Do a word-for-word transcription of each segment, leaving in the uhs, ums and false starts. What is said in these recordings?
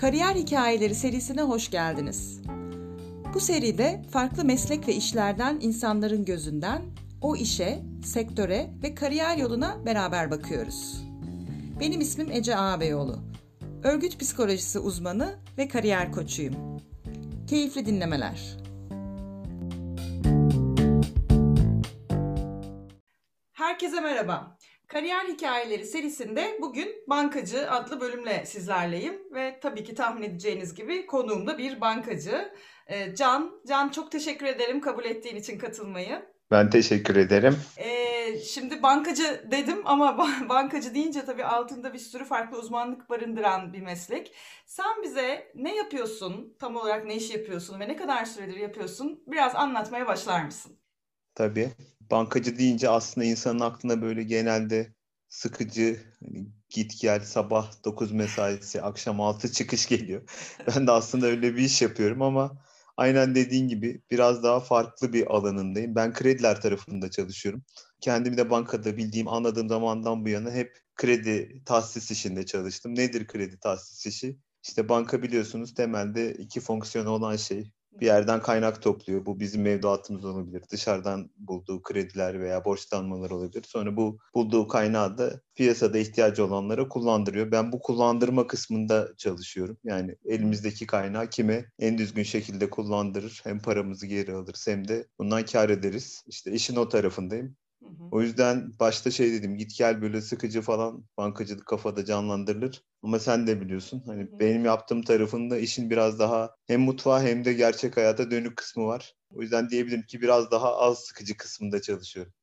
Kariyer Hikayeleri serisine hoş geldiniz. Bu seride farklı meslek ve işlerden insanların gözünden o işe, sektöre ve kariyer yoluna beraber bakıyoruz. Benim ismim Ece Ağabeyoğlu. Örgüt psikolojisi uzmanı ve kariyer koçuyum. Keyifli dinlemeler. Herkese merhaba. Kariyer Hikayeleri serisinde bugün Bankacı adlı bölümle sizlerleyim ve tabii ki tahmin edeceğiniz gibi konuğum da bir bankacı. Ee, Can, Can çok teşekkür ederim kabul ettiğin için katılmayı. Ben teşekkür ederim. Ee, şimdi bankacı dedim ama bankacı deyince tabii altında bir sürü farklı uzmanlık barındıran bir meslek. Sen bize ne yapıyorsun, tam olarak ne iş yapıyorsun ve ne kadar süredir yapıyorsun? Biraz anlatmaya başlar mısın? Tabii. Bankacı deyince aslında insanın aklına böyle genelde sıkıcı, hani git gel sabah dokuz mesaisi, akşam altı çıkış geliyor. Ben de aslında öyle bir iş yapıyorum ama aynen dediğin gibi biraz daha farklı bir alanındayım. Ben krediler tarafında çalışıyorum. Kendimi de bankada bildiğim, anladığım zamandan bu yana hep kredi tahsis işinde çalıştım. Nedir kredi tahsis işi? İşte banka biliyorsunuz temelde iki fonksiyonu olan şey. Bir yerden kaynak topluyor. Bu bizim mevduatımız olabilir. Dışarıdan bulduğu krediler veya borçlanmalar olabilir. Sonra bu bulduğu kaynağı da piyasada ihtiyacı olanlara kullandırıyor. Ben bu kullandırma kısmında çalışıyorum. Yani elimizdeki kaynağı kime en düzgün şekilde kullandırır, hem paramızı geri alırız hem de bundan kâr ederiz. İşte işin o tarafındayım. Hı hı. O yüzden başta şey dedim, git gel böyle sıkıcı falan, bankacılık kafada canlandırılır. Ama sen de biliyorsun Hı hani hı. benim yaptığım tarafında işin biraz daha hem mutfağa hem de gerçek hayata dönük kısmı var. O yüzden diyebilirim ki biraz daha az sıkıcı kısmında çalışıyorum.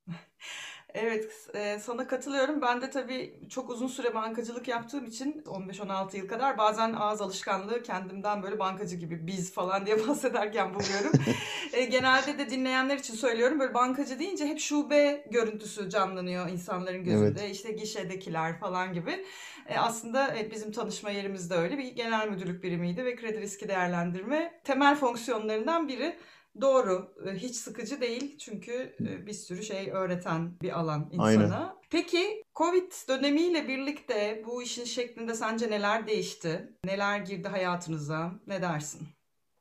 Evet, e, sana katılıyorum. Ben de tabii çok uzun süre bankacılık yaptığım için on beş on altı yıl kadar bazen ağız alışkanlığı kendimden böyle bankacı gibi biz falan diye bahsederken buluyorum. E, genelde de dinleyenler için söylüyorum. Böyle bankacı deyince hep şube görüntüsü canlanıyor insanların Evet, gözünde. İşte gişedekiler falan gibi. E, aslında e, bizim tanışma yerimizde öyle bir genel müdürlük birimiydi ve kredi riski değerlendirme temel fonksiyonlarından biri. Doğru. E, Hiç sıkıcı değil çünkü e, bir sürü şey öğreten bir alan aynen. insana. Peki Covid dönemiyle birlikte bu işin şeklinde sence neler değişti? Neler girdi hayatınıza? Ne dersin?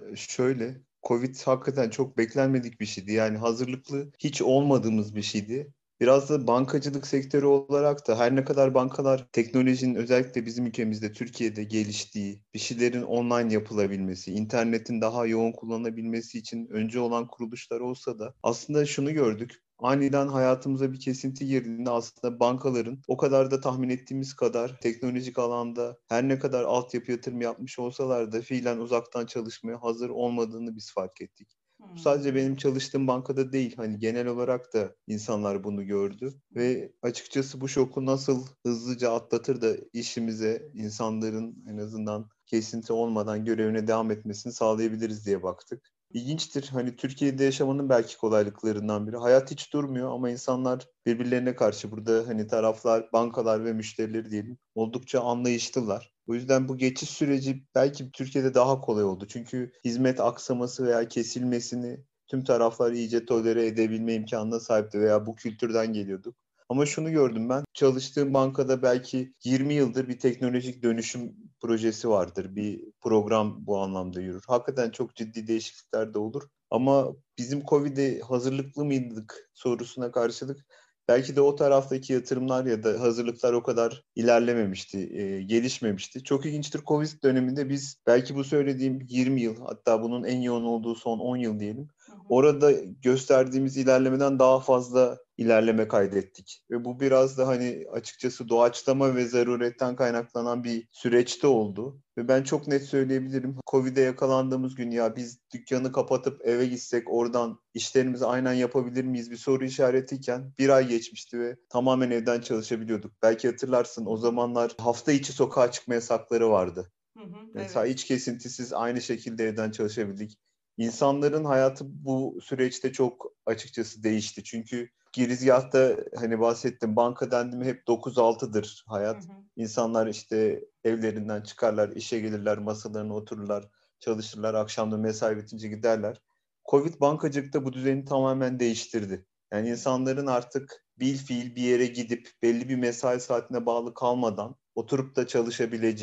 Şöyle, Covid hakikaten çok beklenmedik bir şeydi. Yani hazırlıklı hiç olmadığımız bir şeydi. Biraz da bankacılık sektörü olarak da her ne kadar bankalar teknolojinin özellikle bizim ülkemizde Türkiye'de geliştiği, bir şeylerin online yapılabilmesi, internetin daha yoğun kullanılabilmesi için önce olan kuruluşlar olsa da aslında şunu gördük. Aniden hayatımıza bir kesinti girdiğinde aslında bankaların o kadar da tahmin ettiğimiz kadar teknolojik alanda her ne kadar altyapı yatırım yapmış olsalar da fiilen uzaktan çalışmaya hazır olmadığını biz fark ettik. Bu sadece Hmm. benim çalıştığım bankada değil, hani genel olarak da insanlar bunu gördü ve açıkçası bu şoku nasıl hızlıca atlatır da işimize, insanların en azından kesinti olmadan görevine devam etmesini sağlayabiliriz diye baktık. İlginçtir. Hani Türkiye'de yaşamanın belki kolaylıklarından biri. Hayat hiç durmuyor ama insanlar birbirlerine karşı, burada hani taraflar, bankalar ve müşterileri diyelim, oldukça anlayışlılar. O yüzden bu geçiş süreci belki Türkiye'de daha kolay oldu. Çünkü hizmet aksaması veya kesilmesini tüm taraflar iyice tolere edebilme imkanına sahipti veya bu kültürden geliyorduk. Ama şunu gördüm ben, çalıştığım bankada belki yirmi yıldır bir teknolojik dönüşüm projesi vardır. Bir program bu anlamda yürür. Hakikaten çok ciddi değişiklikler de olur. Ama bizim Covid'e hazırlıklı mıydık sorusuna karşılık belki de o taraftaki yatırımlar ya da hazırlıklar o kadar ilerlememişti, e, gelişmemişti. Çok ilginçtir, Covid döneminde biz belki bu söylediğim yirmi yıl, hatta bunun en yoğun olduğu son on yıl diyelim, Hı hı. orada gösterdiğimiz ilerlemeden daha fazla ilerleme kaydettik. Ve bu biraz da hani açıkçası doğaçlama ve zaruretten kaynaklanan bir süreçte oldu. Ve ben çok net söyleyebilirim. Covid'e yakalandığımız gün ya biz dükkanı kapatıp eve gitsek oradan işlerimizi aynen yapabilir miyiz bir soru işaretiyken bir ay geçmişti ve tamamen evden çalışabiliyorduk. Belki hatırlarsın, Hı o hı. zamanlar hafta içi sokağa çıkma yasakları vardı. Hı hı. Mesela Evet. hiç kesintisiz aynı şekilde evden çalışabildik. İnsanların hayatı bu süreçte çok açıkçası değişti. Çünkü girizgahta hani bahsettim, banka dendi mi hep dokuz altıdır Hı hayat. hı. İnsanlar işte evlerinden çıkarlar, işe gelirler, masalarına otururlar, çalışırlar, akşam da mesai bitince giderler. Covid bankacılıkta bu düzeni tamamen değiştirdi. Yani insanların artık bil fiil bir yere gidip belli bir mesai saatine bağlı kalmadan oturup da çalışabileceği,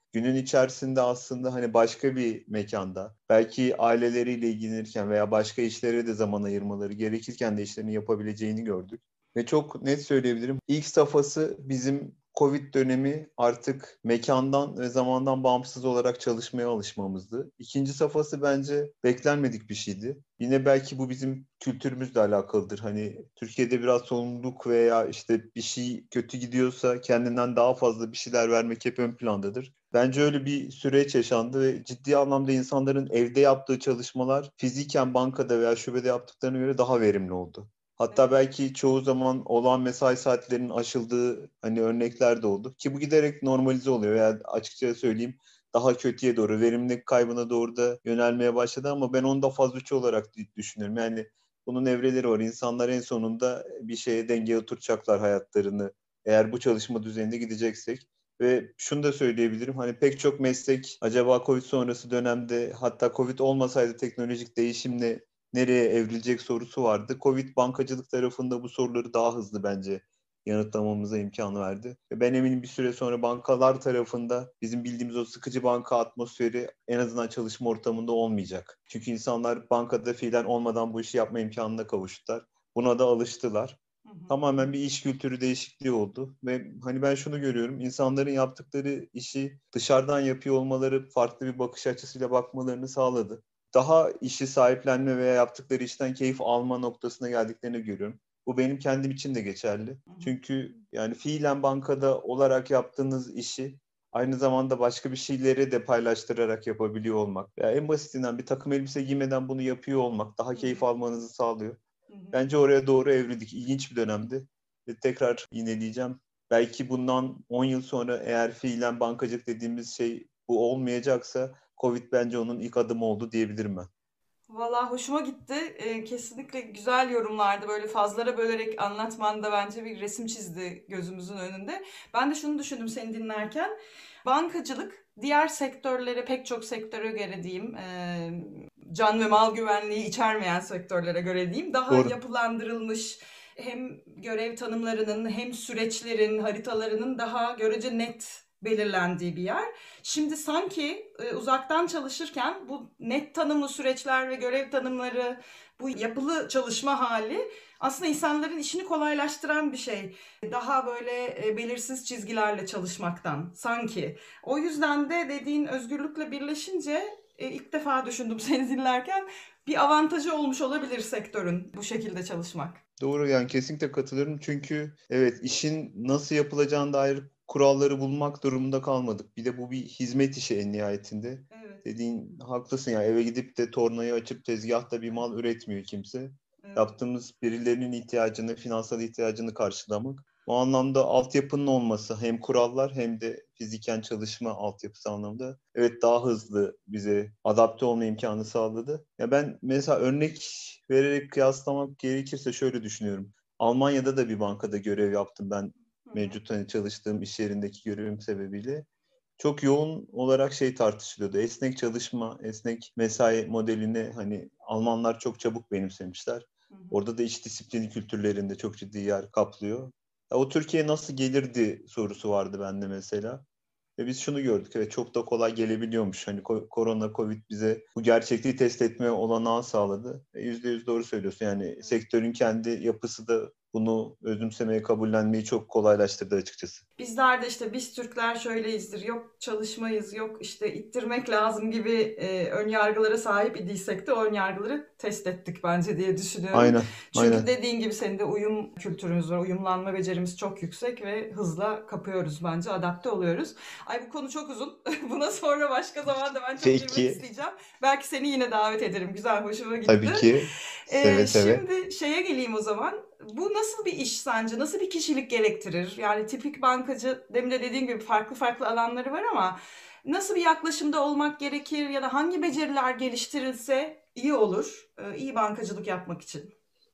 günün içerisinde aslında hani başka bir mekanda, belki aileleriyle ilgilenirken veya başka işlere de zaman ayırmaları gerekirken de işlerini yapabileceğini gördük. Ve çok net söyleyebilirim. İlk safhası bizim Covid dönemi artık mekandan ve zamandan bağımsız olarak çalışmaya alışmamızdı. İkinci safhası bence beklenmedik bir şeydi. Yine belki bu bizim kültürümüzle alakalıdır. Hani Türkiye'de biraz sorumluluk veya işte bir şey kötü gidiyorsa kendinden daha fazla bir şeyler vermek hep ön plandadır. Bence öyle bir süreç yaşandı ve ciddi anlamda insanların evde yaptığı çalışmalar fiziken bankada veya şubede yaptıklarına göre daha verimli oldu. Hatta belki çoğu zaman olağan mesai saatlerinin aşıldığı hani örnekler de oldu. Ki bu giderek normalize oluyor. Yani açıkça söyleyeyim daha kötüye doğru, verimlilik kaybına doğru da yönelmeye başladı ama ben onu da faz üç olarak düşünüyorum. Yani bunun evreleri var. İnsanlar en sonunda bir şeye dengeye oturacaklar hayatlarını. Eğer bu çalışma düzeninde gideceksek. Ve şunu da söyleyebilirim. Hani pek çok meslek acaba Covid sonrası dönemde, hatta Covid olmasaydı teknolojik değişimle nereye evrilecek sorusu vardı. Covid bankacılık tarafında bu soruları daha hızlı bence yanıtlamamıza imkan verdi. Ve ben eminim bir süre sonra bankalar tarafında bizim bildiğimiz o sıkıcı banka atmosferi en azından çalışma ortamında olmayacak. Çünkü insanlar bankada fiilen olmadan bu işi yapma imkanına kavuştular. Buna da alıştılar. Hı hı. Tamamen bir iş kültürü değişikliği oldu ve hani ben şunu görüyorum, insanların yaptıkları işi dışarıdan yapıyor olmaları farklı bir bakış açısıyla bakmalarını sağladı. Daha işi sahiplenme veya yaptıkları işten keyif alma noktasına geldiklerini görüyorum. Bu benim kendim için de geçerli. Hı hı. Çünkü yani fiilen bankada olarak yaptığınız işi aynı zamanda başka bir şeyleri de paylaştırarak yapabiliyor olmak veya en basitinden bir takım elbise giymeden bunu yapıyor olmak daha keyif almanızı sağlıyor. Hı hı. Bence oraya doğru evrildik. İlginç bir dönemdi. Ve tekrar yineleyeceğim. Belki bundan on yıl sonra eğer fiilen bankacılık dediğimiz şey bu olmayacaksa Covid bence onun ilk adımı oldu diyebilirim ben. Valla hoşuma gitti. Ee, kesinlikle güzel yorumlardı. Böyle fazlara bölerek anlatman da bence bir resim çizdi gözümüzün önünde. Ben de şunu düşündüm seni dinlerken. Bankacılık diğer sektörlere, pek çok sektöre göre diyeyim, e, can ve mal güvenliği içermeyen sektörlere göre diyeyim, daha Doğru. yapılandırılmış, hem görev tanımlarının hem süreçlerin, haritalarının daha görece net belirlendiği bir yer. Şimdi sanki e, uzaktan çalışırken bu net tanımlı süreçler ve görev tanımları, bu yapılı çalışma hali aslında insanların işini kolaylaştıran bir şey. Daha böyle e, belirsiz çizgilerle çalışmaktan sanki. O yüzden de dediğin özgürlükle birleşince e, ilk defa düşündüm seni dinlerken, bir avantajı olmuş olabilir sektörün bu şekilde çalışmak. Doğru, yani kesinlikle katılıyorum. Çünkü evet, işin nasıl yapılacağına dair kuralları bulmak durumunda kalmadık. Bir de bu bir hizmet işi en nihayetinde. Evet. Dediğin haklısın ya, eve gidip de tornayı açıp tezgahta bir mal üretmiyor kimse. Evet. Yaptığımız birilerinin ihtiyacını, finansal ihtiyacını karşılamak. O anlamda altyapının olması, hem kurallar hem de fiziken çalışma altyapısı anlamda evet daha hızlı bize adapte olma imkanı sağladı. Ya ben mesela örnek vererek kıyaslamak gerekirse şöyle düşünüyorum. Almanya'da da bir bankada görev yaptım ben, mevcut hani çalıştığım iş yerindeki görevim sebebiyle. Çok yoğun olarak şey tartışılıyordu. Esnek çalışma, esnek mesai modelini hani Almanlar çok çabuk benimsemişler. Hı hı. Orada da iş disiplini kültürlerinde çok ciddi yer kaplıyor. Ya o Türkiye'ye nasıl gelirdi sorusu vardı bende mesela. Ve biz şunu gördük, evet çok da kolay gelebiliyormuş. Hani korona, Covid bize bu gerçekliği test etme olanağı sağladı. E, yüzde yüz doğru söylüyorsun. Yani sektörün kendi yapısı da bunu özümsemeye, kabullenmeyi çok kolaylaştırdı açıkçası. Bizler de işte biz Türkler şöyleyizdir, yok çalışmayız, yok işte ittirmek lazım gibi e, ön yargılara sahip idiysek de o ön yargıları test ettik bence diye düşünüyorum. Aynen, Çünkü aynen. dediğin gibi senin de uyum kültürümüz var, uyumlanma becerimiz çok yüksek ve hızla kapıyoruz bence, adapte oluyoruz. Ay bu konu çok uzun. Buna sonra başka zaman da ben çok Peki. girmek isteyeceğim. Belki seni yine davet ederim. Güzel, hoşuma gitti. Tabii ki. Seve Ee, seve. Şimdi şeye geleyim o zaman. Bu nasıl bir iş sence? Nasıl bir kişilik gerektirir? Yani tipik bankacı, demin de dediğim gibi farklı farklı alanları var ama nasıl bir yaklaşımda olmak gerekir ya da hangi beceriler geliştirilse iyi olur, e, iyi bankacılık yapmak için?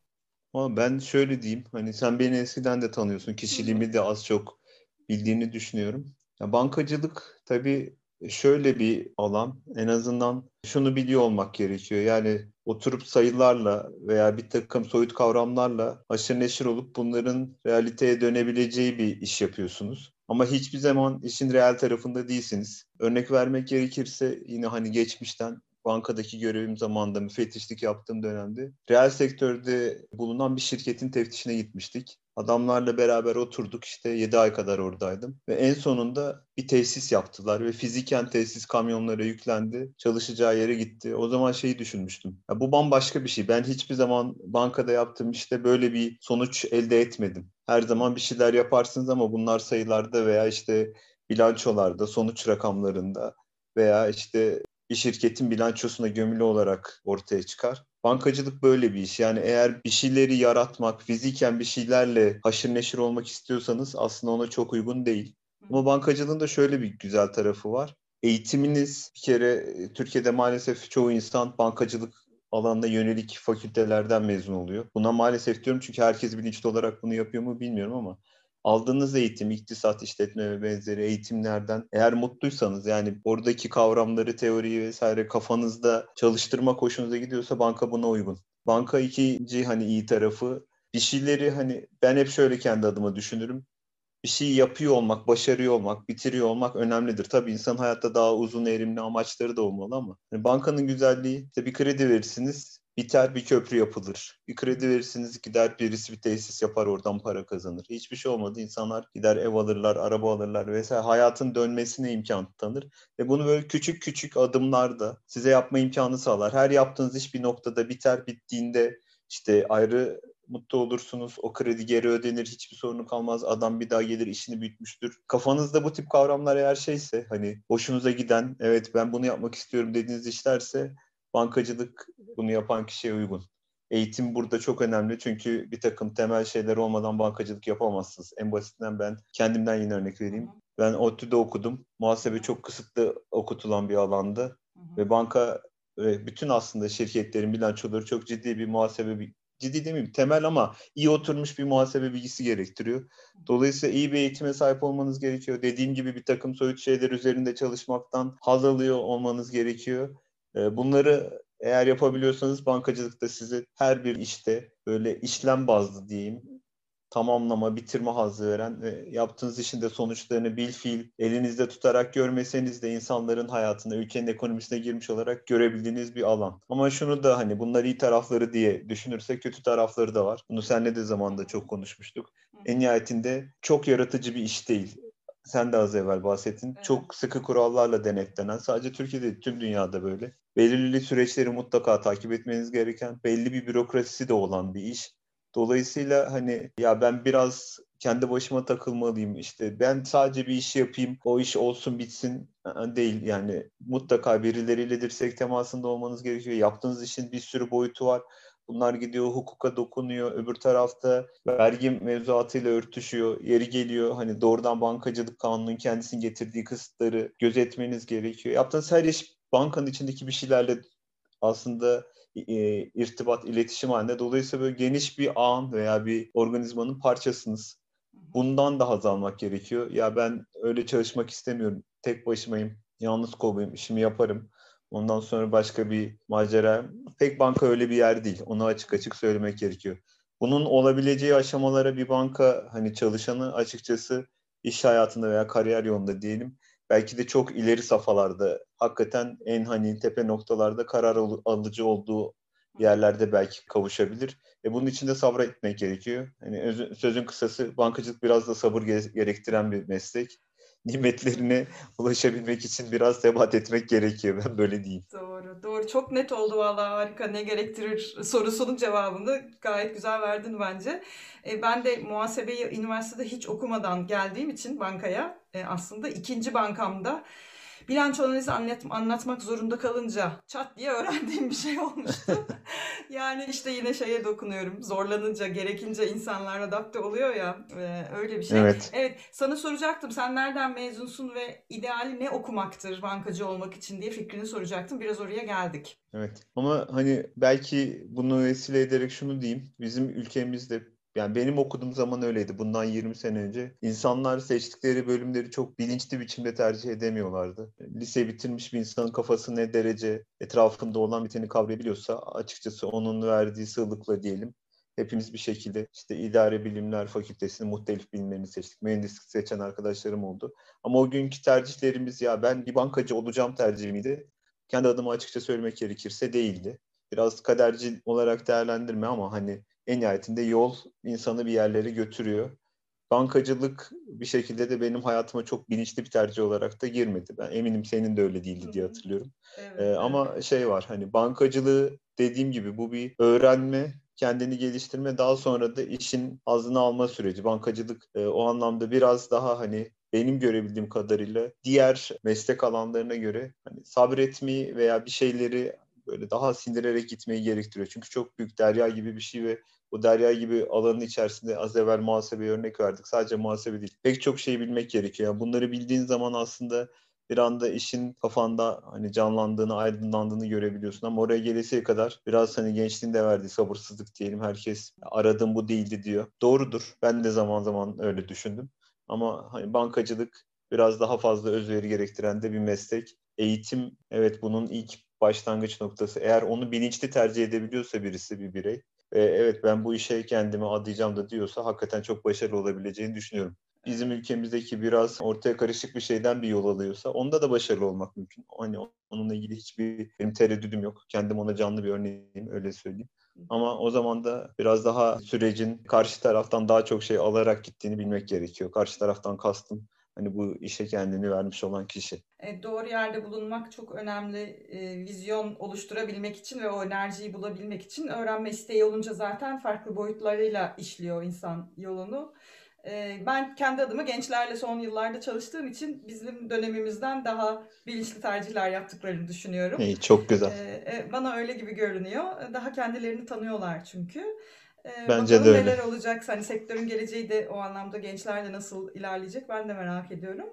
Ama ben şöyle diyeyim, hani sen beni eskiden de tanıyorsun, kişiliğimi de az çok bildiğini düşünüyorum. Ya bankacılık tabii şöyle bir alan, en azından şunu biliyor olmak gerekiyor. Yani oturup sayılarla veya bir takım soyut kavramlarla haşır neşir olup bunların realiteye dönebileceği bir iş yapıyorsunuz. Ama hiçbir zaman işin reel tarafında değilsiniz. Örnek vermek gerekirse yine hani geçmişten bankadaki görevim zamanında müfettişlik yaptığım dönemde reel sektörde bulunan bir şirketin teftişine gitmiştik. Adamlarla beraber oturduk, işte yedi ay kadar oradaydım ve en sonunda bir tesis yaptılar ve fiziken tesis kamyonlara yüklendi, çalışacağı yere gitti. O zaman şeyi düşünmüştüm. Ya bu bambaşka bir şey. Ben hiçbir zaman bankada yaptığım işte böyle bir sonuç elde etmedim. Her zaman bir şeyler yaparsınız ama bunlar sayılarda veya işte bilançolarda, sonuç rakamlarında veya işte bir şirketin bilançosuna gömülü olarak ortaya çıkar. Bankacılık böyle bir iş. Yani eğer bir şeyleri yaratmak, fiziken bir şeylerle haşır neşir olmak istiyorsanız aslında ona çok uygun değil. Ama bankacılığın da şöyle bir güzel tarafı var. Eğitiminiz bir kere Türkiye'de maalesef çoğu insan bankacılık alanına yönelik fakültelerden mezun oluyor. Buna maalesef diyorum çünkü herkes bilinçli olarak bunu yapıyor mu bilmiyorum ama aldığınız eğitim, iktisat, işletme ve benzeri eğitimlerden eğer mutluysanız, yani oradaki kavramları, teoriyi vesaire kafanızda çalıştırmak hoşunuza gidiyorsa banka buna uygun. Banka ikinci hani iyi tarafı, bir şeyleri hani ben hep şöyle kendi adıma düşünürüm. Bir şey yapıyor olmak, başarıyor olmak, bitiriyor olmak önemlidir. Tabii insan hayatta daha uzun erimli amaçları da olmalı ama hani bankanın güzelliği, işte bir kredi verirsiniz, biter bir köprü yapılır. Bir kredi verirsiniz, gider birisi bir tesis yapar, oradan para kazanır. Hiçbir şey olmadı. İnsanlar gider ev alırlar, araba alırlar vesaire. Hayatın dönmesine imkan tanır. Ve bunu böyle küçük küçük adımlarda size yapma imkanı sağlar. Her yaptığınız iş bir noktada biter, bittiğinde işte ayrı mutlu olursunuz. O kredi geri ödenir. Hiçbir sorunu kalmaz. Adam bir daha gelir, işini büyütmüştür. Kafanızda bu tip kavramlar eğer şeyse, hani hoşunuza giden, evet ben bunu yapmak istiyorum dediğiniz işlerse bankacılık bunu yapan kişiye uygun. Eğitim burada çok önemli çünkü bir takım temel şeyler olmadan bankacılık yapamazsınız. En basitinden ben kendimden yine örnek vereyim. Ben ODTÜ'de okudum. Muhasebe çok kısıtlı okutulan bir alandı. Ve banka ve bütün aslında şirketlerin bilançoları çok ciddi bir muhasebe, ciddi demeyeyim temel ama iyi oturmuş bir muhasebe bilgisi gerektiriyor. Dolayısıyla iyi bir eğitime sahip olmanız gerekiyor. Dediğim gibi bir takım soyut şeyler üzerinde çalışmaktan haz alıyor olmanız gerekiyor. Bunları eğer yapabiliyorsanız bankacılıkta size her bir işte böyle işlem bazlı diyeyim, tamamlama, bitirme hazzı veren ve yaptığınız işin de sonuçlarını bilfiil elinizde tutarak görmeseniz de insanların hayatına, ülkenin ekonomisine girmiş olarak görebildiğiniz bir alan. Ama şunu da hani bunlar iyi tarafları diye düşünürsek kötü tarafları da var. Bunu seninle de zamanında çok konuşmuştuk. En nihayetinde çok yaratıcı bir iş değil. Sen de az evvel bahsettin. Evet. Çok sıkı kurallarla denetlenen, sadece Türkiye'de değil, tüm dünyada böyle. Belirli süreçleri mutlaka takip etmeniz gereken, belli bir bürokrasisi de olan bir iş. Dolayısıyla hani ya ben biraz kendi başıma takılmalıyım, işte ben sadece bir işi yapayım, o iş olsun bitsin değil. Yani mutlaka birileriyle dirsek temasında olmanız gerekiyor. Yaptığınız işin bir sürü boyutu var. Bunlar gidiyor hukuka dokunuyor. Öbür tarafta vergi mevzuatıyla örtüşüyor. Yeri geliyor hani doğrudan bankacılık kanunun kendisinin getirdiği kısıtları gözetmeniz gerekiyor. Yaptığınız her iş bankanın içindeki bir şeylerle aslında e, irtibat, iletişim halinde. Dolayısıyla böyle geniş bir ağın veya bir organizmanın parçasınız. Bundan da haz almak gerekiyor. Ya ben öyle çalışmak istemiyorum. Tek başımayım, yalnız kovayım, işimi yaparım. Ondan sonra başka bir macera. Pek banka öyle bir yer değil. Onu açık açık söylemek gerekiyor. Bunun olabileceği aşamalara bir banka hani çalışanı açıkçası iş hayatında veya kariyer yolunda diyelim, belki de çok ileri safhalarda, hakikaten en hani tepe noktalarda karar alıcı olduğu yerlerde belki kavuşabilir. E bunun için de sabır etmek gerekiyor. Hani öz, sözün kısası bankacılık biraz da sabır gerektiren bir meslek. Nimetlerine ulaşabilmek için biraz sebat etmek gerekiyor. Ben böyle diyeyim. Doğru, doğru. Çok net oldu vallahi, harika. Ne gerektirir sorusunun cevabını gayet güzel verdin bence. E, ben de muhasebeyi üniversitede hiç okumadan geldiğim için bankaya, e, aslında ikinci bankamda bilanço analizi anlat, anlatmak zorunda kalınca çat diye öğrendiğim bir şey olmuştu. Yani işte yine şeye dokunuyorum. Zorlanınca, gerekince insanlar adapte oluyor ya. e, öyle bir şey. Evet. Evet, sana soracaktım. Sen nereden mezunsun ve ideali ne okumaktır bankacı olmak için diye fikrini soracaktım. Biraz oraya geldik. Evet. Ama hani belki bunu vesile ederek şunu diyeyim. Bizim ülkemizde Yani benim okuduğum zaman öyleydi. Bundan yirmi sene önce. İnsanlar seçtikleri bölümleri çok bilinçli biçimde tercih edemiyorlardı. Lise bitirmiş bir insanın kafası ne derece etrafında olan biteni kavrayabiliyorsa açıkçası onun verdiği sığlıkla diyelim. Hepimiz bir şekilde işte idare bilimler fakültesinin muhtelif bilimlerini seçtik. Mühendislik seçen arkadaşlarım oldu. Ama o günkü tercihlerimiz ya ben bir bankacı olacağım tercih miydi? Kendi adıma açıkça söylemek gerekirse değildi. Biraz kaderci olarak değerlendirme ama hani en nihayetinde yol insanı bir yerlere götürüyor. Bankacılık bir şekilde de benim hayatıma çok bilinçli bir tercih olarak da girmedi. Ben eminim senin de öyle Hı değildi diye hı. hatırlıyorum. Ee, Evet, evet. ama şey var hani bankacılığı dediğim gibi bu bir öğrenme, kendini geliştirme, daha sonra da işin hazzını alma süreci. Bankacılık e, o anlamda biraz daha hani benim görebildiğim kadarıyla diğer meslek alanlarına göre hani sabretmeyi veya bir şeyleri böyle daha sindirerek gitmeyi gerektiriyor. Çünkü çok büyük derya gibi bir şey ve bu derya gibi alanın içerisinde az evvel muhasebeye örnek verdik. Sadece muhasebe değil. Pek çok şey bilmek gerekiyor. Yani bunları bildiğin zaman aslında bir anda işin kafanda hani canlandığını, aydınlandığını görebiliyorsun. Ama oraya gelesiye kadar biraz hani gençliğin de verdiği sabırsızlık diyelim. Herkes aradığım bu değildi diyor. Doğrudur. Ben de zaman zaman öyle düşündüm. Ama hani bankacılık biraz daha fazla özveri gerektiren de bir meslek. Eğitim evet bunun ilk başlangıç noktası. Eğer onu bilinçli tercih edebiliyorsa birisi bir birey e, evet ben bu işe kendimi adayacağım da diyorsa hakikaten çok başarılı olabileceğini düşünüyorum. Bizim Evet. ülkemizdeki biraz ortaya karışık bir şeyden bir yol alıyorsa onda da başarılı olmak mümkün. Hani onunla ilgili hiçbir benim tereddüdüm yok. Kendim ona canlı bir örneğim öyle söyleyeyim. Ama o zaman da biraz daha sürecin karşı taraftan daha çok şey alarak gittiğini bilmek gerekiyor. Karşı taraftan kastım hani bu işe kendini vermiş olan kişi. E, doğru yerde bulunmak çok önemli. E, vizyon oluşturabilmek için ve o enerjiyi bulabilmek için öğrenme isteği olunca zaten farklı boyutlarıyla işliyor insan yolunu. E, ben kendi adıma gençlerle son yıllarda çalıştığım için bizim dönemimizden daha bilinçli tercihler yaptıklarını düşünüyorum. İyi, çok E, güzel. e, bana öyle gibi görünüyor. Daha kendilerini tanıyorlar çünkü. E, Bence de bakalım öyle. neler olacak. Hani sektörün geleceği de o anlamda gençlerle nasıl ilerleyecek ben de merak ediyorum.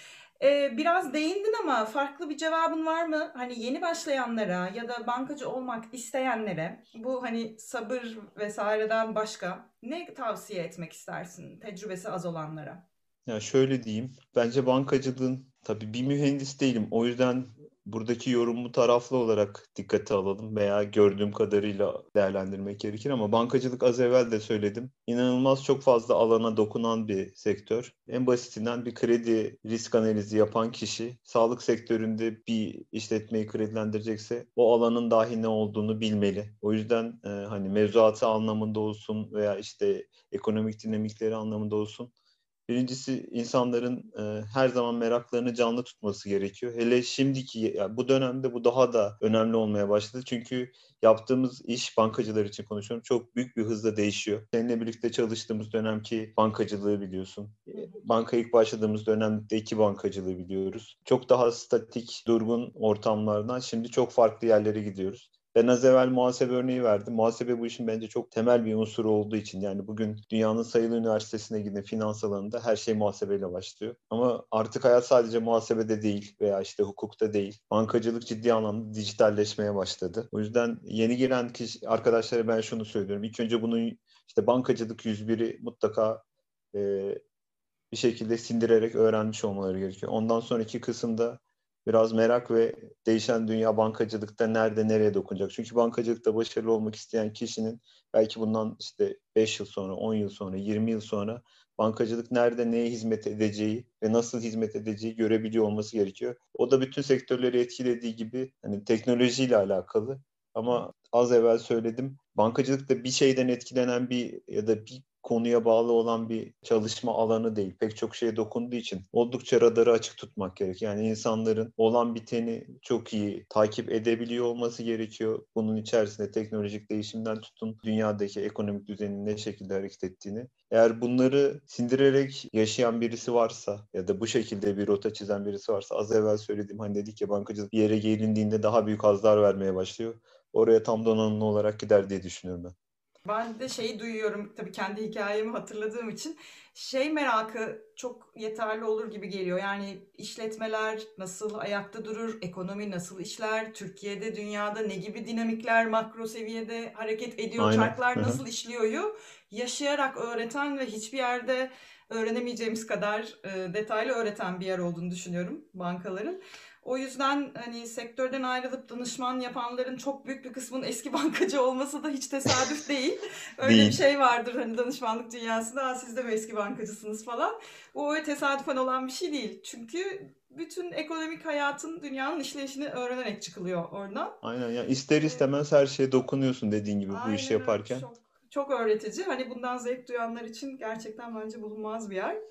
Ee, biraz değindin ama farklı bir cevabın var mı? Hani yeni başlayanlara ya da bankacı olmak isteyenlere bu hani sabır vesaireden başka ne tavsiye etmek istersin tecrübesi az olanlara? Ya şöyle diyeyim. Bence bankacılığın tabii bir mühendis değilim. O yüzden buradaki yorumu taraflı olarak dikkate alalım veya gördüğüm kadarıyla değerlendirmek gerekir ama bankacılık az evvel de söyledim. İnanılmaz çok fazla alana dokunan bir sektör. En basitinden bir kredi risk analizi yapan kişi sağlık sektöründe bir işletmeyi kredilendirecekse o alanın dahi ne olduğunu bilmeli. O yüzden e, hani mevzuatı anlamında olsun veya işte ekonomik dinamikleri anlamında olsun. Birincisi insanların e, her zaman meraklarını canlı tutması gerekiyor. Hele şimdiki yani bu dönemde bu daha da önemli olmaya başladı. Çünkü yaptığımız iş bankacılar için konuşuyorum. Çok büyük bir hızla değişiyor. Seninle birlikte çalıştığımız dönemki bankacılığı biliyorsun. E, Hı hı. Banka ilk başladığımız dönemde iki bankacılığı biliyoruz. Çok daha statik, durgun ortamlardan şimdi çok farklı yerlere gidiyoruz. Ben az evvel muhasebe örneği verdim. Muhasebe bu işin bence çok temel bir unsuru olduğu için. Yani bugün dünyanın sayılı üniversitesine gidin finans alanında her şey muhasebeyle başlıyor. Ama artık hayat sadece muhasebede değil veya işte hukukta değil. Bankacılık ciddi anlamda dijitalleşmeye başladı. O yüzden yeni giren kişi, arkadaşlara ben şunu söylüyorum. İlk önce bunun işte bankacılık yüz biri mutlaka e, bir şekilde sindirerek öğrenmiş olmaları gerekiyor. Ondan sonraki kısımda biraz merak ve değişen dünya bankacılıkta nerede nereye dokunacak. Çünkü bankacılıkta başarılı olmak isteyen kişinin belki bundan işte beş yıl sonra, on yıl sonra, yirmi yıl sonra bankacılık nerede neye hizmet edeceği ve nasıl hizmet edeceği görebiliyor olması gerekiyor. O da bütün sektörleri etkilediği gibi hani teknolojiyle alakalı. Ama az evvel söyledim. Bankacılıkta bir şeyden etkilenen bir ya da bir konuya bağlı olan bir çalışma alanı değil. Pek çok şeye dokunduğu için oldukça radarı açık tutmak gerek. Yani insanların olan biteni çok iyi takip edebiliyor olması gerekiyor. Bunun içerisinde teknolojik değişimden tutun dünyadaki ekonomik düzenin ne şekilde hareket ettiğini. Eğer bunları sindirerek yaşayan birisi varsa ya da bu şekilde bir rota çizen birisi varsa az evvel söylediğim hani dedik ya bankacılık bir yere gelindiğinde daha büyük hazlar vermeye başlıyor. Oraya tam donanımlı olarak gider diye düşünüyorum ben. Ben de şeyi duyuyorum tabii kendi hikayemi hatırladığım için şey merakı çok yeterli olur gibi geliyor. Yani işletmeler nasıl ayakta durur, ekonomi nasıl işler, Türkiye'de, dünyada ne gibi dinamikler makro seviyede hareket ediyor, Aynen. çarklar nasıl işliyoryu yaşayarak öğreten ve hiçbir yerde öğrenemeyeceğimiz kadar e, detaylı öğreten bir yer olduğunu düşünüyorum bankaların. O yüzden hani sektörden ayrılıp danışman yapanların çok büyük bir kısmının eski bankacı olması da hiç tesadüf değil. Öyle bir Değil. şey vardır hani danışmanlık dünyasında, siz de mi eski bankacısınız falan. O öyle tesadüfen olan bir şey değil. Çünkü bütün ekonomik hayatın, dünyanın işleyişini öğrenerek çıkılıyor oradan. Aynen. Yani ister Ee, istemez her şeye dokunuyorsun dediğin gibi bu işi aynen öyle. yaparken. Çok çok öğretici. Hani bundan zevk duyanlar için gerçekten bence bulunmaz bir yer.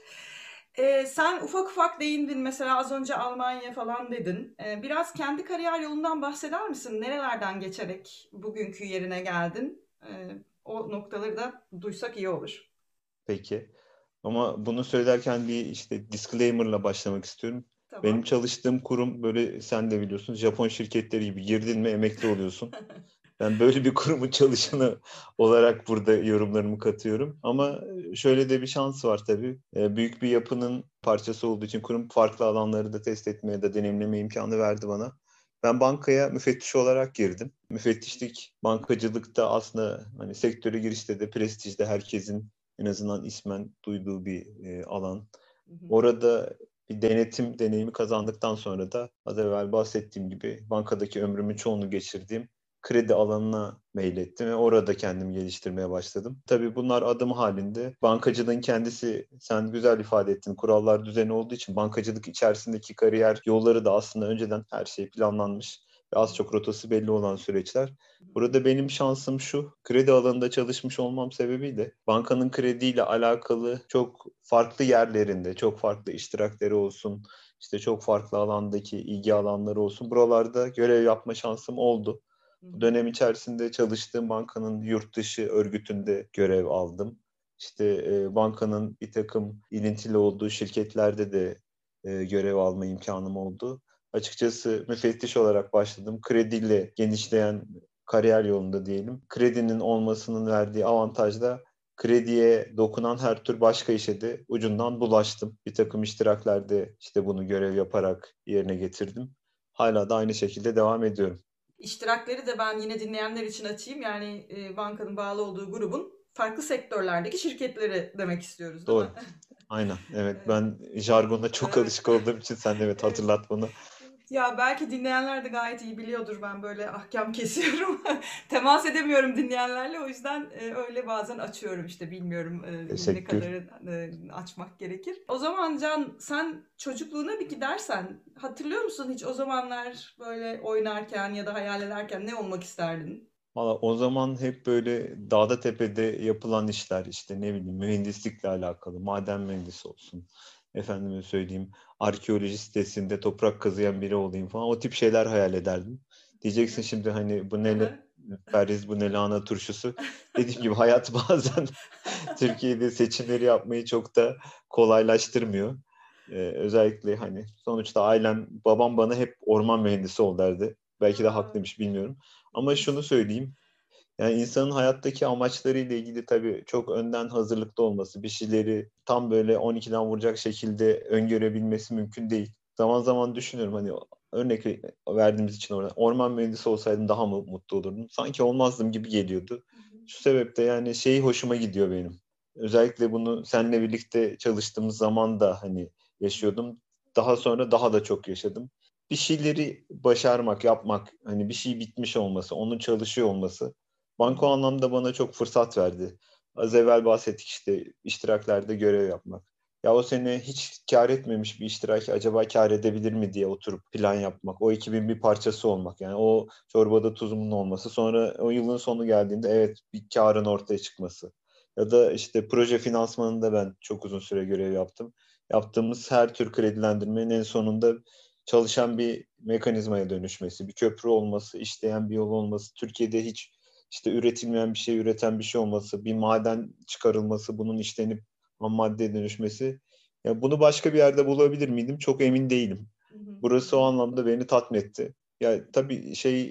Ee, sen ufak ufak değindin mesela az önce Almanya falan dedin. Ee, biraz kendi kariyer yolundan bahseder misin? Nerelerden geçerek bugünkü yerine geldin? Ee, o noktaları da duysak iyi olur. Peki. Ama bunu söylerken bir işte disclaimer'la başlamak istiyorum. Benim Tamam. çalıştığım kurum böyle sen de biliyorsun Japon şirketleri gibi girdin mi emekli oluyorsun. Ben böyle bir kurumun çalışanı olarak burada yorumlarımı katıyorum. Ama şöyle de bir şans var tabii. E, Büyük bir yapının parçası olduğu için kurum farklı alanları da test etmeye de deneyimleme imkanı verdi bana. Ben bankaya müfettiş olarak girdim. Müfettişlik bankacılıkta aslında hani sektöre girişte de prestijde herkesin en azından ismen duyduğu bir e, alan. Orada bir denetim deneyimi kazandıktan sonra da az evvel bahsettiğim gibi bankadaki ömrümün çoğunu geçirdiğim kredi alanına meylettim ve orada kendimi geliştirmeye başladım. Tabii bunlar adım halinde. Bankacılığın kendisi, sen güzel ifade ettin, kurallar düzeni olduğu için bankacılık içerisindeki kariyer yolları da aslında önceden her şey planlanmış ve az çok rotası belli olan süreçler. Burada benim şansım şu, kredi alanında çalışmış olmam sebebiyle bankanın krediyle alakalı çok farklı yerlerinde, çok farklı iştirakleri olsun, işte çok farklı alandaki ilgi alanları olsun. Buralarda görev yapma şansım oldu. Bu dönem içerisinde çalıştığım bankanın yurt dışı örgütünde görev aldım. İşte e, bankanın bir takım ilintili olduğu şirketlerde de e, görev alma imkanım oldu. Açıkçası müfettiş olarak başladım. Krediyle genişleyen kariyer yolunda diyelim. Kredinin olmasının verdiği avantajla krediye dokunan her tür başka işe de ucundan bulaştım. Bir takım iştiraklerde işte bunu görev yaparak yerine getirdim. Hala da aynı şekilde devam ediyorum. İştirakleri de ben yine dinleyenler için açayım. Yani e, bankanın bağlı olduğu grubun farklı sektörlerdeki şirketleri demek istiyoruz, değil mi? Doğru. Aynen. Evet. Evet. Ben jargona çok Evet. alışık olduğum için sen de evet Evet. hatırlat bunu. Ya belki dinleyenler de gayet iyi biliyordur, ben böyle ahkam kesiyorum. Temas edemiyorum dinleyenlerle, o yüzden e, öyle bazen açıyorum işte, bilmiyorum e, ne Teşekkür. kadarı e, açmak gerekir. O zaman Can, sen çocukluğuna bir gidersen hatırlıyor musun hiç o zamanlar böyle oynarken ya da hayal ederken ne olmak isterdin? Valla o zaman hep böyle dağda tepede yapılan işler işte ne bileyim mühendislikle alakalı maden mühendisi olsun. Efendime söyleyeyim arkeoloji sitesinde toprak kazıyan biri olayım falan o tip şeyler hayal ederdim. Diyeceksin şimdi hani bu ne Aha. periz bu ne lahana turşusu. Dediğim gibi hayat bazen Türkiye'de seçimleri yapmayı çok da kolaylaştırmıyor. Ee, özellikle hani sonuçta ailem babam bana hep orman mühendisi ol derdi. Belki de Aa, haklıymış bilmiyorum. Ama ilginç. şunu söyleyeyim. Yani insanın hayattaki amaçlarıyla ilgili tabii çok önden hazırlıklı olması, bir şeyleri tam böyle on ikiden vuracak şekilde öngörebilmesi mümkün değil. Zaman zaman düşünüyorum hani örnek verdiğimiz için orada orman mühendisi olsaydım daha mı mutlu olurdum? Sanki olmazdım gibi geliyordu. Şu sebeple yani şey hoşuma gidiyor benim. Özellikle bunu seninle birlikte çalıştığımız zaman da hani yaşıyordum. Daha sonra daha da çok yaşadım. Bir şeyleri başarmak, yapmak, hani bir şey bitmiş olması, onun çalışıyor olması banko anlamda bana çok fırsat verdi. Az evvel bahsettik işte iştiraklerde görev yapmak. Ya o sene hiç kar etmemiş bir iştiraki acaba kar edebilir mi diye oturup plan yapmak. O ekibin bir parçası olmak. Yani o çorbada tuzumun olması. Sonra o yılın sonu geldiğinde evet bir karın ortaya çıkması. Ya da işte proje finansmanında ben çok uzun süre görev yaptım. Yaptığımız her tür kredilendirmenin en sonunda çalışan bir mekanizmaya dönüşmesi, bir köprü olması, işleyen bir yol olması, Türkiye'de hiç işte üretilmeyen bir şey, üreten bir şey olması, bir maden çıkarılması, bunun işlenip ham maddeye dönüşmesi. Ya bunu başka bir yerde bulabilir miydim? Çok emin değilim. Burası o anlamda beni tatmin etti. Ya tabii şey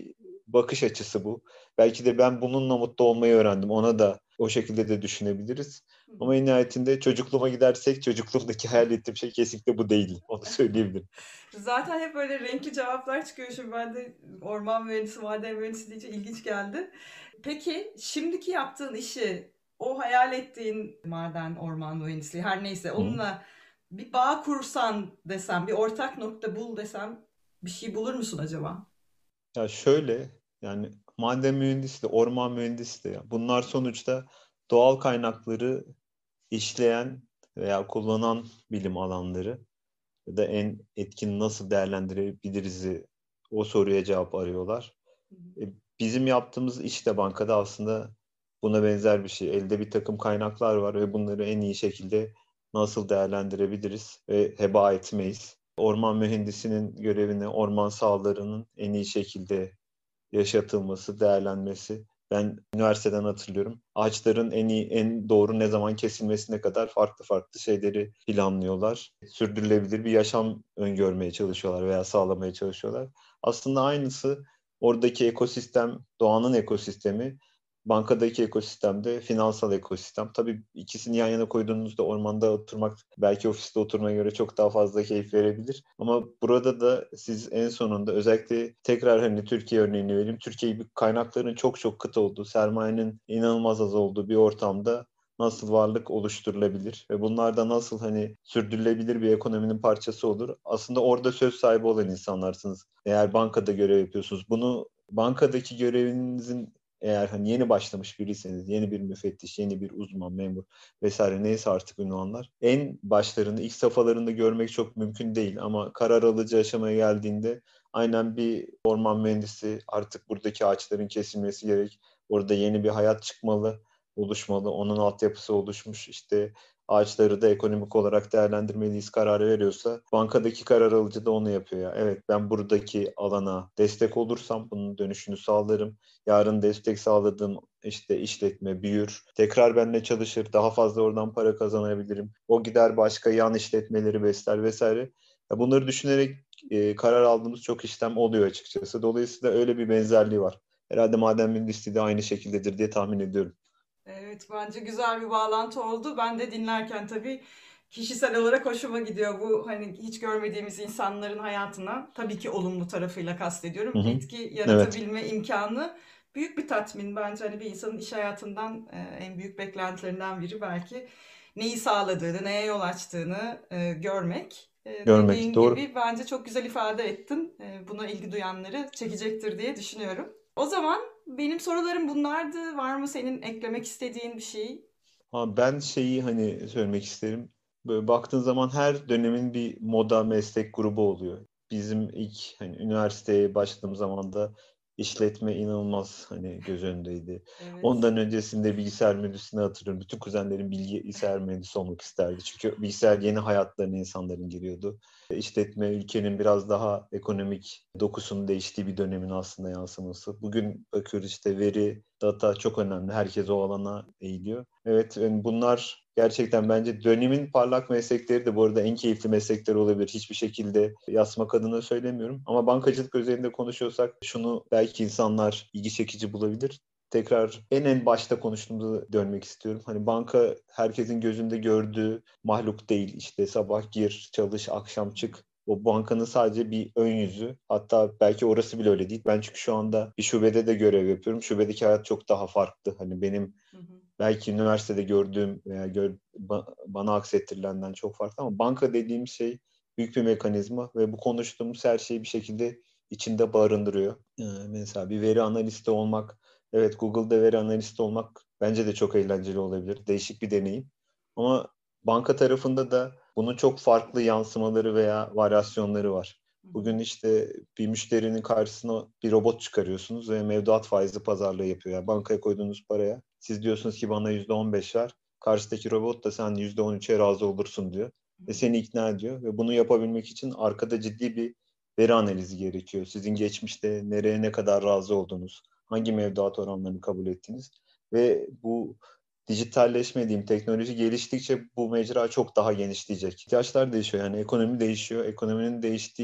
bakış açısı bu. Belki de ben bununla mutlu olmayı öğrendim. Ona da o şekilde de düşünebiliriz. Ama en nihayetinde çocukluğuma gidersek çocukluğumdaki hayal ettiğim şey kesinlikle bu değil. Onu söyleyebilirim. Zaten hep böyle renkli cevaplar çıkıyor. Şimdi ben de orman mühendisi, maden mühendisi deyince ilginç geldi. Peki şimdiki yaptığın işi, o hayal ettiğin maden, orman mühendisliği her neyse Hı. onunla bir bağ kursan desem, bir ortak nokta bul desem bir şey bulur musun acaba? Ya şöyle, yani maden mühendisi de orman mühendisi de ya, bunlar sonuçta doğal kaynakları işleyen veya kullanan bilim alanları ya da en etkin nasıl değerlendirebiliriz o soruya cevap arıyorlar. Hı hı. E, Bizim yaptığımız iş de bankada aslında buna benzer bir şey. Elde bir takım kaynaklar var ve bunları en iyi şekilde nasıl değerlendirebiliriz ve heba etmeyiz. Orman mühendisinin görevini orman sahalarının en iyi şekilde yaşatılması, değerlenmesi. Ben üniversiteden hatırlıyorum. Ağaçların en iyi, en doğru ne zaman kesilmesine kadar farklı farklı şeyleri planlıyorlar. Sürdürülebilir bir yaşam öngörmeye çalışıyorlar veya sağlamaya çalışıyorlar. Aslında aynısı oradaki ekosistem, doğanın ekosistemi, bankadaki ekosistemde finansal ekosistem. Tabii ikisini yan yana koyduğunuzda ormanda oturmak belki ofiste oturmaya göre çok daha fazla keyif verebilir. Ama burada da siz en sonunda özellikle tekrar hani Türkiye örneğini vereyim. Türkiye gibi kaynakların çok çok kıt olduğu, sermayenin inanılmaz az olduğu bir ortamda nasıl varlık oluşturulabilir ve bunlar da nasıl hani sürdürülebilir bir ekonominin parçası olur. Aslında orada söz sahibi olan insanlarsınız. Eğer bankada görev yapıyorsunuz. Bunu bankadaki görevinizin eğer hani yeni başlamış biriyseniz, yeni bir müfettiş, yeni bir uzman, memur vesaire neyse artık ünvanlar. En başlarında, ilk safhalarında görmek çok mümkün değil ama karar alıcı aşamaya geldiğinde aynen bir orman mühendisi artık buradaki ağaçların kesilmesi gerek. Orada yeni bir hayat çıkmalı, oluşmalı. Onun altyapısı oluşmuş. İşte ağaçları da ekonomik olarak değerlendirmeliyiz kararı veriyorsa bankadaki karar alıcı da onu yapıyor ya. Evet ben buradaki alana destek olursam bunun dönüşünü sağlarım. Yarın destek sağladığım işte işletme büyür. Tekrar benimle çalışır. Daha fazla oradan para kazanabilirim. O gider başka yan işletmeleri besler vesaire. Ya bunları düşünerek e, karar aldığımız çok işlem oluyor açıkçası. Dolayısıyla öyle bir benzerliği var. Herhalde maden mühendisliği de aynı şekildedir diye tahmin ediyorum. Evet, bence güzel bir bağlantı oldu. Ben de dinlerken tabii kişisel olarak hoşuma gidiyor. Bu hani hiç görmediğimiz insanların hayatına tabii ki olumlu tarafıyla Hı kastediyorum. hı. Etki Evet. yaratabilme imkanı büyük bir tatmin. Bence hani bir insanın iş hayatından e, en büyük beklentilerinden biri belki neyi sağladığını, neye yol açtığını e, görmek. E, Görmek. dediğin Doğru. gibi bence çok güzel ifade ettin. E, buna ilgi duyanları çekecektir diye düşünüyorum. O zaman benim sorularım bunlardı. Var mı senin eklemek istediğin bir şey? Ama ben şeyi hani söylemek isterim. Böyle baktığın zaman her dönemin bir moda meslek grubu oluyor. Bizim ilk hani üniversiteye başladığım zaman da işletme inanılmaz hani göz önündeydi. Evet. Ondan öncesinde bilgisayar mühendisliğini hatırlıyorum. Bütün kuzenlerim bilgisayar mühendisi olmak isterdi. Çünkü bilgisayar yeni hayatlarına insanların giriyordu. İşletme ülkenin biraz daha ekonomik dokusunun değiştiği bir dönemin aslında yansıması. Bugün bakıyoruz işte veri, data çok önemli. Herkes o alana eğiliyor. Evet, yani bunlar gerçekten bence dönemin parlak meslekleri de bu arada en keyifli meslekler olabilir. Hiçbir şekilde yasmak adına söylemiyorum. Ama bankacılık özelinde konuşuyorsak şunu belki insanlar ilgi çekici bulabilir. Tekrar en en başta konuştuğumuza dönmek istiyorum. Hani banka herkesin gözünde gördüğü mahluk değil. İşte sabah gir, çalış, akşam çık. O bankanın sadece bir ön yüzü. Hatta belki orası bile öyle değil. Ben çünkü şu anda bir şubede de görev yapıyorum. Şubedeki hayat çok daha farklı. Hani benim Hı hı. belki üniversitede gördüğüm veya gör, ba- bana aksettirilenden çok farklı ama banka dediğim şey büyük bir mekanizma ve bu konuştuğumuz her şeyi bir şekilde içinde barındırıyor. Ee, mesela bir veri analisti olmak, evet Google'da veri analisti olmak bence de çok eğlenceli olabilir. Değişik bir deneyim. Ama banka tarafında da bunun çok farklı yansımaları veya varyasyonları var. Hı hı. Bugün işte bir müşterinin karşısına bir robot çıkarıyorsunuz ve mevduat faizi pazarlığı yapıyor. Yani bankaya koyduğunuz paraya siz diyorsunuz ki bana yüzde on beş ver. Karşıdaki robot da sen yüzde on üçe razı olursun diyor. Hı Ve hı. seni ikna ediyor. Ve bunu yapabilmek için arkada ciddi bir veri analizi gerekiyor. Sizin geçmişte nereye ne kadar razı oldunuz, hangi mevduat oranlarını kabul ettiniz. Ve bu dijitalleşme diyeyim, teknoloji geliştikçe bu mecra çok daha genişleyecek. İhtiyaçlar değişiyor yani ekonomi değişiyor. Ekonominin değiştiği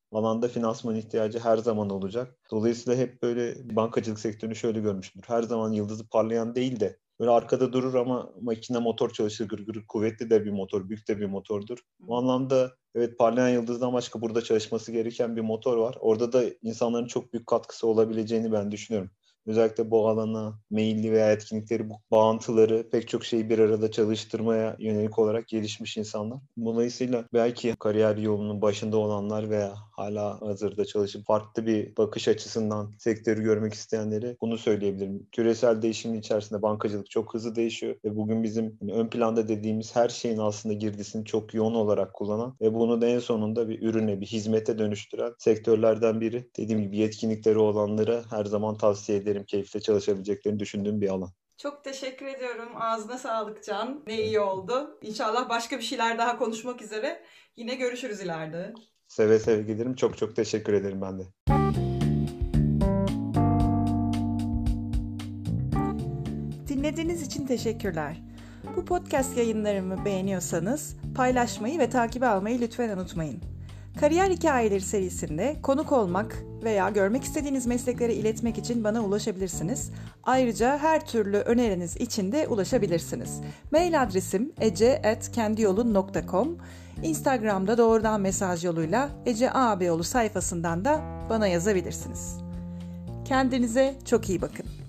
alanda finansman ihtiyacı her zaman olacak. Dolayısıyla hep böyle bankacılık sektörünü şöyle görmüşümdür. Her zaman yıldızı parlayan değil de böyle arkada durur ama makine motor çalışır gır gır. Kuvvetli de bir motor, büyük de bir motordur. Bu anlamda evet, parlayan yıldızdan başka burada çalışması gereken bir motor var. Orada da insanların çok büyük katkısı olabileceğini ben düşünüyorum. Özellikle bu alana meyilli veya etkinlikleri, bu bağıntıları, pek çok şeyi bir arada çalıştırmaya yönelik olarak gelişmiş insanlar. Dolayısıyla belki kariyer yolunun başında olanlar veya hala hazırda çalışıp farklı bir bakış açısından sektörü görmek isteyenlere bunu söyleyebilirim. Küresel değişimin içerisinde bankacılık çok hızlı değişiyor ve bugün bizim ön planda dediğimiz her şeyin aslında girdisini çok yoğun olarak kullanan ve bunu da en sonunda bir ürüne, bir hizmete dönüştüren sektörlerden biri. Dediğim gibi yetkinlikleri olanlara her zaman tavsiye ederim. Keyifle çalışabileceklerini düşündüğüm bir alan. Çok teşekkür ediyorum. Ağzına sağlık Can. Ne iyi oldu. İnşallah başka bir şeyler daha konuşmak üzere. Yine görüşürüz ileride. Seve seve giderim. Çok çok teşekkür ederim ben de. Dinlediğiniz için teşekkürler. Bu podcast yayınlarımı beğeniyorsanız paylaşmayı ve takibe almayı lütfen unutmayın. Kariyer Hikayeleri serisinde konuk olmak veya görmek istediğiniz meslekleri iletmek için bana ulaşabilirsiniz. Ayrıca her türlü öneriniz için de ulaşabilirsiniz. Mail adresim ece at kendiyolun nokta com. Instagram'da doğrudan mesaj yoluyla Ece Ağabeyoğlu sayfasından da bana yazabilirsiniz. Kendinize çok iyi bakın.